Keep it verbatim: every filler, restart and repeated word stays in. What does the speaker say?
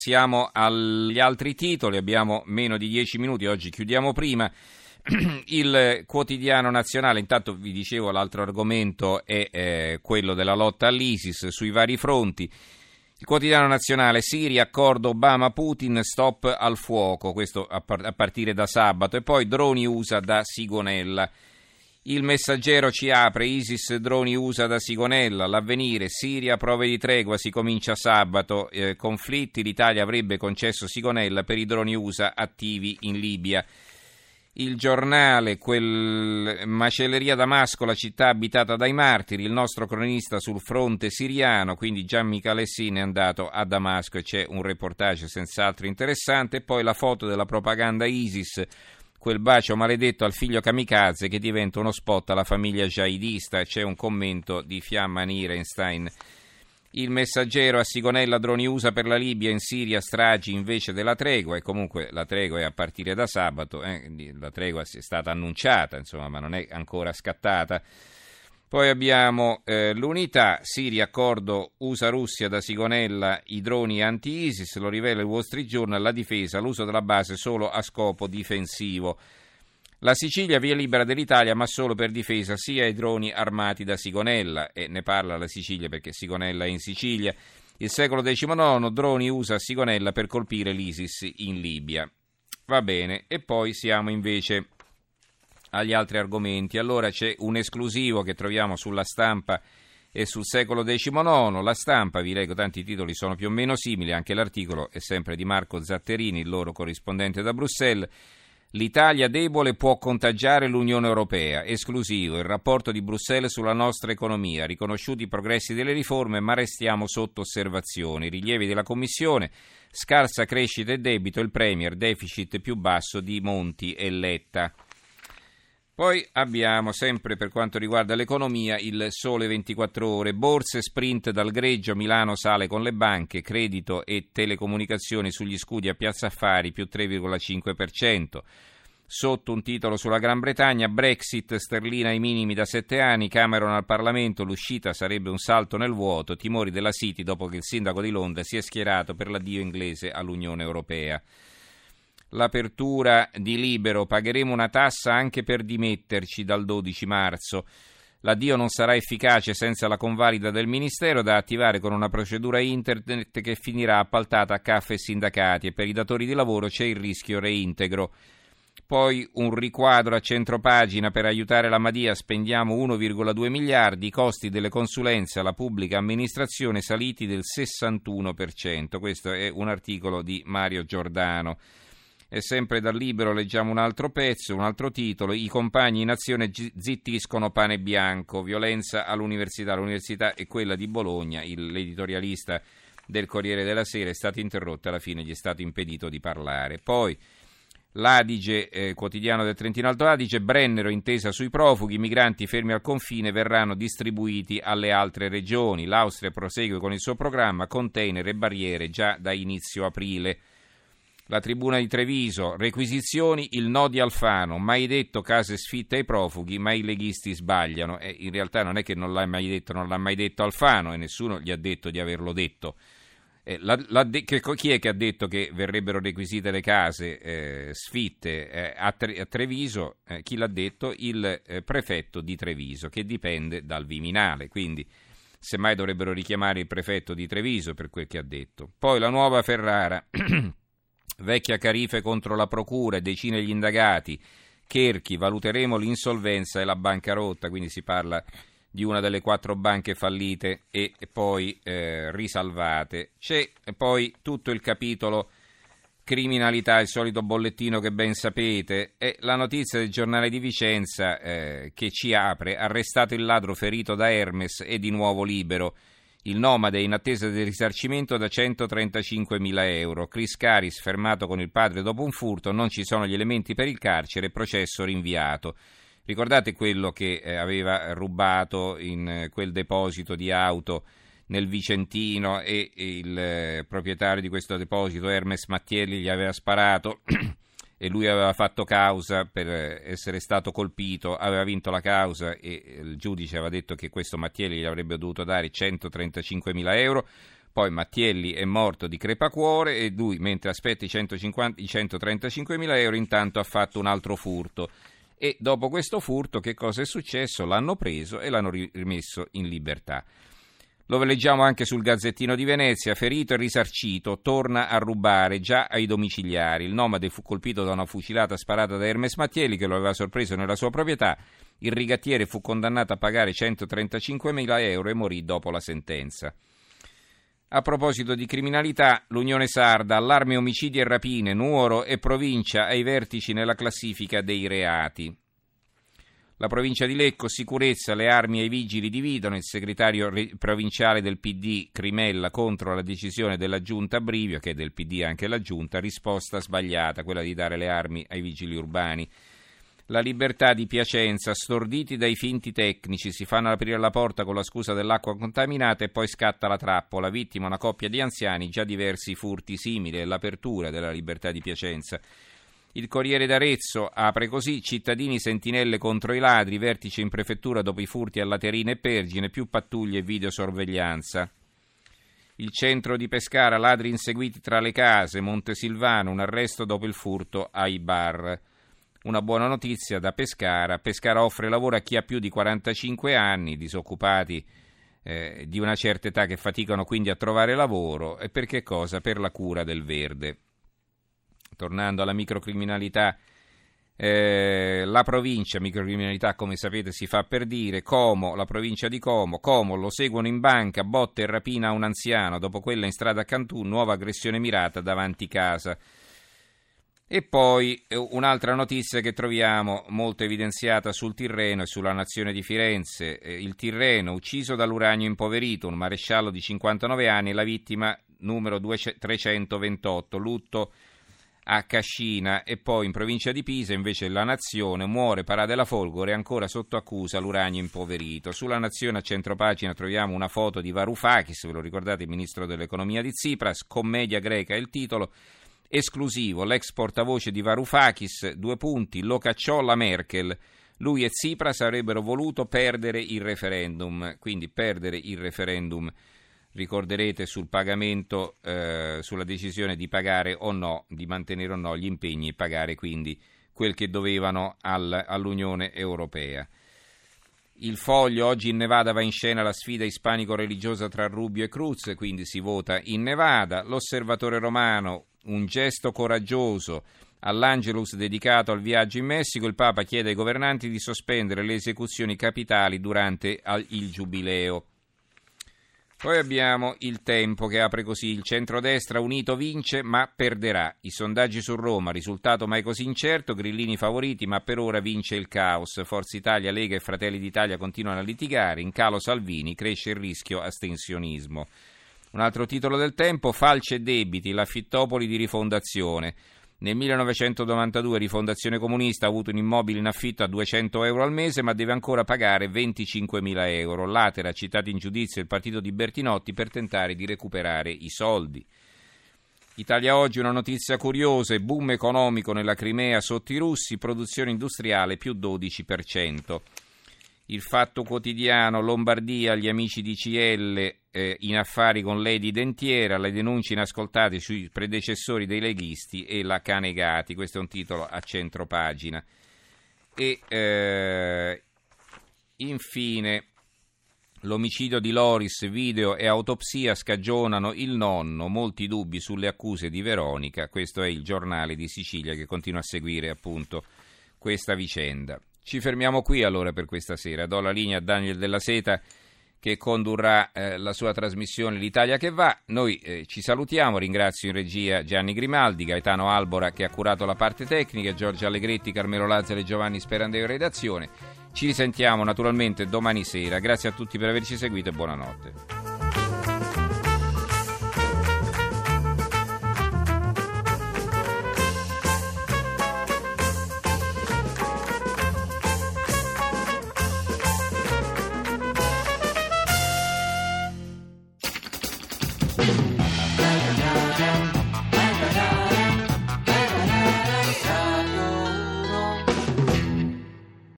Siamo agli altri titoli, abbiamo meno di dieci minuti, oggi chiudiamo prima. Il quotidiano nazionale, intanto vi dicevo l'altro argomento è eh, quello della lotta all'ISIS sui vari fronti. Il quotidiano nazionale, Siria, accordo Obama-Putin, stop al fuoco, questo a, par- a partire da sabato, e poi droni U S A da Sigonella. Il Messaggero ci apre, ISIS, droni U S A da Sigonella, l'Avvenire, Siria, prove di tregua, si comincia sabato, eh, conflitti, l'Italia avrebbe concesso Sigonella per i droni U S A attivi in Libia. Il Giornale, quel macelleria Damasco, la città abitata dai martiri, il nostro cronista sul fronte siriano, quindi Gian Michalessin è andato a Damasco e c'è un reportage senz'altro interessante, e poi la foto della propaganda ISIS, quel bacio maledetto al figlio kamikaze che diventa uno spot alla famiglia jihadista, c'è un commento di Fiamma Nirenstein. Il Messaggero, a Sigonella droni U S A per la Libia, in Siria stragi invece della tregua, e comunque la tregua è a partire da sabato, eh, la tregua è stata annunciata, insomma, ma non è ancora scattata. Poi abbiamo eh, l'Unità, Siria, accordo U S A-Russia da Sigonella, i droni anti-ISIS, lo rivela il Wall Street Journal, la difesa, l'uso della base solo a scopo difensivo. La Sicilia, via libera dell'Italia, ma solo per difesa, sia i droni armati da Sigonella, e ne parla la Sicilia perché Sigonella è in Sicilia. Il Secolo diciannove, droni U S A a Sigonella per colpire l'ISIS in Libia. Va bene, e poi siamo invece agli altri argomenti. Allora c'è un esclusivo che troviamo sulla Stampa e sul Secolo diciannove. La Stampa, vi leggo, tanti titoli sono più o meno simili, anche l'articolo è sempre di Marco Zatterini, il loro corrispondente da Bruxelles. L'Italia debole può contagiare l'Unione Europea. Esclusivo, il rapporto di Bruxelles sulla nostra economia. Riconosciuti i progressi delle riforme, ma restiamo sotto osservazione. I rilievi della Commissione, scarsa crescita e debito, il Premier, deficit più basso di Monti e Letta. Poi abbiamo, sempre per quanto riguarda l'economia, il Sole ventiquattro Ore, borse sprint dal greggio, Milano sale con le banche, credito e telecomunicazioni sugli scudi a Piazza Affari più tre virgola cinque per cento. Sotto un titolo sulla Gran Bretagna, Brexit, sterlina ai minimi da sette anni, Cameron al Parlamento, l'uscita sarebbe un salto nel vuoto, timori della City dopo che il sindaco di Londra si è schierato per l'addio inglese all'Unione Europea. L'apertura di Libero, pagheremo una tassa anche per dimetterci dal dodici marzo. L'addio non sarà efficace senza la convalida del Ministero, da attivare con una procedura internet che finirà appaltata a C A F e sindacati, e per i datori di lavoro c'è il rischio reintegro. Poi un riquadro a centropagina per aiutare la Madia, spendiamo uno virgola due miliardi, i costi delle consulenze alla pubblica amministrazione saliti del sessantuno per cento. Questo è un articolo di Mario Giordano. E sempre dal Libero leggiamo un altro pezzo, un altro titolo, i compagni in azione zittiscono Pane Bianco, violenza all'università, l'università è quella di Bologna, il, l'editorialista del Corriere della Sera è stato interrotto, alla fine gli è stato impedito di parlare. Poi l'Adige, eh, quotidiano del Trentino Alto Adige, Brennero, intesa sui profughi, i migranti fermi al confine verranno distribuiti alle altre regioni, l'Austria prosegue con il suo programma, container e barriere già da inizio aprile. La Tribuna di Treviso, requisizioni, il no di Alfano, mai detto case sfitte ai profughi, ma i leghisti sbagliano. E in realtà non è che non l'ha mai detto, non l'ha mai detto Alfano e nessuno gli ha detto di averlo detto. Eh, la, la de- che, chi è che ha detto che verrebbero requisite le case eh, sfitte eh, a, Tre- a Treviso? Eh, chi l'ha detto? Il eh, prefetto di Treviso, che dipende dal Viminale, quindi semmai dovrebbero richiamare il prefetto di Treviso per quel che ha detto. Poi la Nuova Ferrara... Vecchia Carife contro la procura, decine gli indagati, Cherchi, valuteremo l'insolvenza e la bancarotta, quindi si parla di una delle quattro banche fallite e poi eh, risalvate. C'è poi tutto il capitolo criminalità, il solito bollettino che ben sapete, e la notizia del Giornale di Vicenza eh, che ci apre, arrestato il ladro ferito da Hermes e di nuovo libero. Il nomade è in attesa del risarcimento da centotrentacinquemila euro. Chris Caris fermato con il padre dopo un furto, non ci sono gli elementi per il carcere, processo rinviato. Ricordate quello che eh, aveva rubato in eh, quel deposito di auto nel Vicentino e, e il eh, proprietario di questo deposito, Hermes Mattielli, gli aveva sparato e lui aveva fatto causa per essere stato colpito, aveva vinto la causa e il giudice aveva detto che questo Mattielli gli avrebbe dovuto dare centotrentacinquemila euro. Poi Mattielli è morto di crepacuore e lui, mentre aspetta i, centocinquanta, i centotrentacinquemila euro, intanto ha fatto un altro furto. E dopo questo furto che cosa è successo? L'hanno preso e l'hanno rimesso in libertà. Lo leggiamo anche sul Gazzettino di Venezia: ferito e risarcito, torna a rubare già ai domiciliari. Il nomade fu colpito da una fucilata sparata da Hermes Mattielli, che lo aveva sorpreso nella sua proprietà. Il rigattiere fu condannato a pagare centotrentacinquemila euro e morì dopo la sentenza. A proposito di criminalità, l'Unione Sarda: allarme omicidi e rapine, Nuoro e provincia ai vertici nella classifica dei reati. La provincia di Lecco: sicurezza, le armi ai vigili dividono. Il segretario re- provinciale del P D Crimella contro la decisione della giunta Brivio, che è del P D anche la giunta, risposta sbagliata, quella di dare le armi ai vigili urbani. La Libertà di Piacenza: storditi dai finti tecnici, si fanno aprire la porta con la scusa dell'acqua contaminata e poi scatta la trappola, vittima una coppia di anziani, già diversi furti simili. È l'apertura della Libertà di Piacenza. Il Corriere d'Arezzo apre così: cittadini sentinelle contro i ladri, vertice in prefettura dopo i furti a Laterina e Pergine, più pattuglie e videosorveglianza. Il centro di Pescara: ladri inseguiti tra le case, Montesilvano, un arresto dopo il furto ai bar. Una buona notizia da Pescara: Pescara offre lavoro a chi ha più di quarantacinque anni, disoccupati eh, di una certa età che faticano quindi a trovare lavoro. E per che cosa? Per la cura del verde. Tornando alla microcriminalità, eh, la provincia, microcriminalità come sapete si fa per dire, Como, la provincia di Como, Como lo seguono in banca, botte e rapina a un anziano, dopo quella in strada a Cantù, nuova aggressione mirata davanti casa. E poi eh, un'altra notizia che troviamo molto evidenziata sul Tirreno e sulla Nazione di Firenze: eh, il Tirreno, ucciso dall'uranio impoverito, un maresciallo di cinquantanove anni, la vittima numero trecentoventotto, lutto a Cascina. E poi in provincia di Pisa invece La Nazione: muore Paradela Folgore, ancora sotto accusa l'uranio impoverito. Sulla Nazione a centropagina troviamo una foto di Varoufakis, ve lo ricordate, il ministro dell'economia di Tsipras, commedia greca è il titolo, esclusivo, l'ex portavoce di Varoufakis, due punti, lo cacciò la Merkel, lui e Tsipras avrebbero voluto perdere il referendum, quindi perdere il referendum. Ricorderete sul pagamento, eh, sulla decisione di pagare o no, di mantenere o no gli impegni e pagare quindi quel che dovevano al, all'Unione Europea. Il Foglio: oggi in Nevada va in scena la sfida ispanico-religiosa tra Rubio e Cruz, quindi si vota in Nevada. L'Osservatore Romano: un gesto coraggioso, all'Angelus dedicato al viaggio in Messico, il Papa chiede ai governanti di sospendere le esecuzioni capitali durante il giubileo. Poi abbiamo Il Tempo che apre così: il centrodestra unito vince ma perderà. I sondaggi su Roma, risultato mai così incerto, grillini favoriti ma per ora vince il caos. Forza Italia, Lega e Fratelli d'Italia continuano a litigare, in calo Salvini, cresce il rischio astensionismo. Un altro titolo del Tempo: falce e debiti, la Fittopoli di Rifondazione. Nel millenovecentonovantadue Rifondazione Comunista ha avuto un immobile in affitto a duecento euro al mese, ma deve ancora pagare venticinquemila euro. L'Atera ha citato in giudizio il partito di Bertinotti per tentare di recuperare i soldi. Italia Oggi, una notizia curiosa: boom economico nella Crimea sotto i russi, produzione industriale più dodici per cento. Il Fatto Quotidiano: Lombardia, gli amici di C L eh, in affari con Lady Dentiera, le denunce inascoltate sui predecessori dei leghisti e la Canegati. Questo è un titolo a centropagina. E eh, infine l'omicidio di Loris, video e autopsia scagionano il nonno, molti dubbi sulle accuse di Veronica. Questo è il Giornale di Sicilia che continua a seguire appunto questa vicenda. Ci fermiamo qui allora per questa sera. Do la linea a Daniel Della Seta che condurrà eh, la sua trasmissione L'Italia che va. Noi eh, ci salutiamo, ringrazio in regia Gianni Grimaldi, Gaetano Albora che ha curato la parte tecnica, Giorgio Allegretti, Carmelo Lazzaro e Giovanni Sperandeo in redazione. Ci risentiamo naturalmente domani sera. Grazie a tutti per averci seguito e buonanotte.